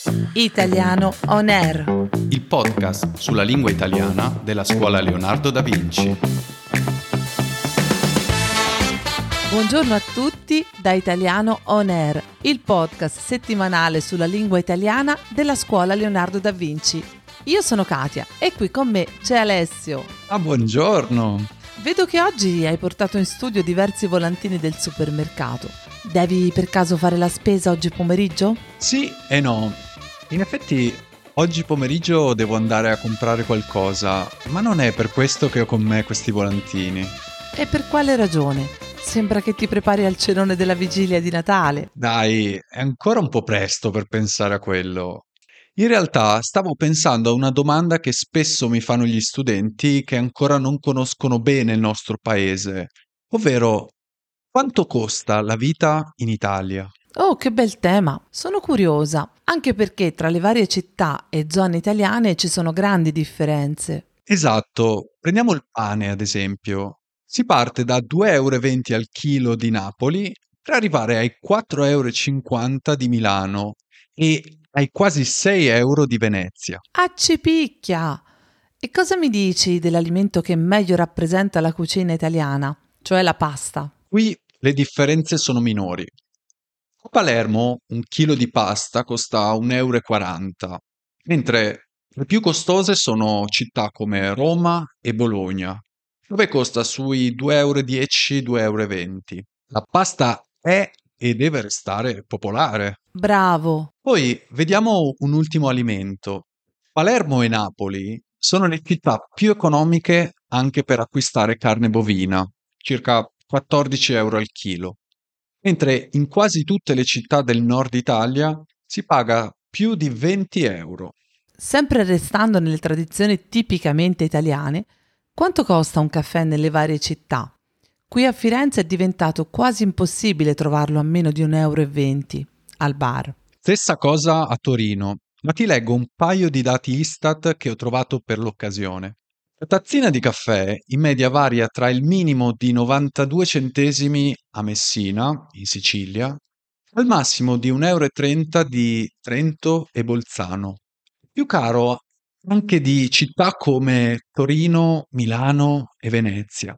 Italiano On Air, il podcast sulla lingua italiana della Scuola Leonardo da Vinci. Buongiorno a tutti da Italiano On Air, il podcast settimanale sulla lingua italiana della Scuola Leonardo da Vinci. Io sono Katia e qui con me c'è Alessio. Buongiorno! Vedo che oggi hai portato in studio diversi volantini del supermercato. Devi per caso fare la spesa oggi pomeriggio? Sì e no. In effetti oggi pomeriggio devo andare a comprare qualcosa, ma non è per questo che ho con me questi volantini. E per quale ragione? Sembra che ti prepari al cenone della vigilia di Natale. Dai, è ancora un po' presto per pensare a quello. In realtà stavo pensando a una domanda che spesso mi fanno gli studenti che ancora non conoscono bene il nostro paese, ovvero quanto costa la vita in Italia? Oh, che bel tema! Sono curiosa, anche perché tra le varie città e zone italiane ci sono grandi differenze. Esatto, prendiamo il pane ad esempio. Si parte da 2,20 € al chilo di Napoli per arrivare ai 4,50 € di Milano e ai quasi 6 € di Venezia. Accipicchia! E cosa mi dici dell'alimento che meglio rappresenta la cucina italiana, cioè la pasta? Qui le differenze sono minori. A Palermo un chilo di pasta costa 1,40 €, mentre le più costose sono città come Roma e Bologna, dove costa sui 2,10 €, 2,20 €. La pasta è e deve restare popolare. Bravo! Poi vediamo un ultimo alimento. Palermo e Napoli sono le città più economiche anche per acquistare carne bovina, circa 14 € al chilo, mentre in quasi tutte le città del nord Italia si paga più di 20 €. Sempre restando nelle tradizioni tipicamente italiane, quanto costa un caffè nelle varie città? Qui a Firenze è diventato quasi impossibile trovarlo a meno di 1,20 € al bar. Stessa cosa a Torino, ma ti leggo un paio di dati Istat che ho trovato per l'occasione. La tazzina di caffè in media varia tra il minimo di 92 centesimi a Messina, in Sicilia, al massimo di 1,30 € di Trento e Bolzano. Più caro anche di città come Torino, Milano e Venezia.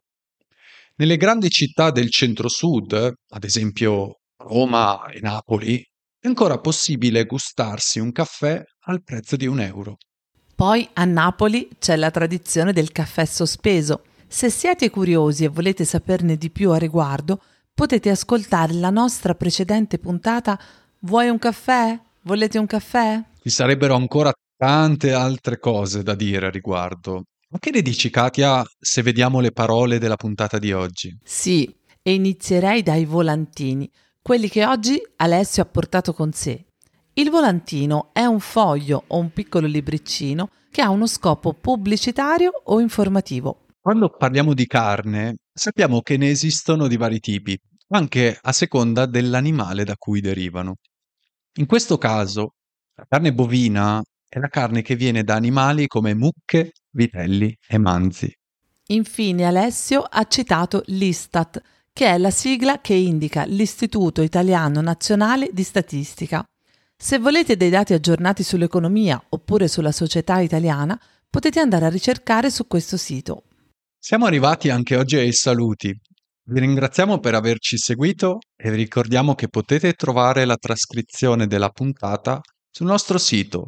Nelle grandi città del centro-sud, ad esempio Roma e Napoli, è ancora possibile gustarsi un caffè al prezzo di 1 €. Poi a Napoli c'è la tradizione del caffè sospeso. Se siete curiosi e volete saperne di più a riguardo, potete ascoltare la nostra precedente puntata Vuoi un caffè? Volete un caffè? Ci sarebbero ancora tante altre cose da dire a riguardo. Ma che ne dici, Katia, se vediamo le parole della puntata di oggi? Sì, e inizierei dai volantini, quelli che oggi Alessio ha portato con sé. Il volantino è un foglio o un piccolo libriccino che ha uno scopo pubblicitario o informativo. Quando parliamo di carne, sappiamo che ne esistono di vari tipi, anche a seconda dell'animale da cui derivano. In questo caso, la carne bovina è la carne che viene da animali come mucche, vitelli e manzi. Infine Alessio ha citato l'Istat, che è la sigla che indica l'Istituto Italiano Nazionale di Statistica. Se volete dei dati aggiornati sull'economia oppure sulla società italiana, potete andare a ricercare su questo sito. Siamo arrivati anche oggi ai saluti. Vi ringraziamo per averci seguito e vi ricordiamo che potete trovare la trascrizione della puntata sul nostro sito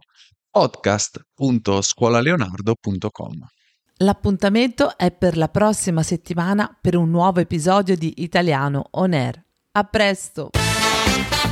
podcast.scuolaleonardo.com. L'appuntamento è per la prossima settimana per un nuovo episodio di Italiano On Air. A presto!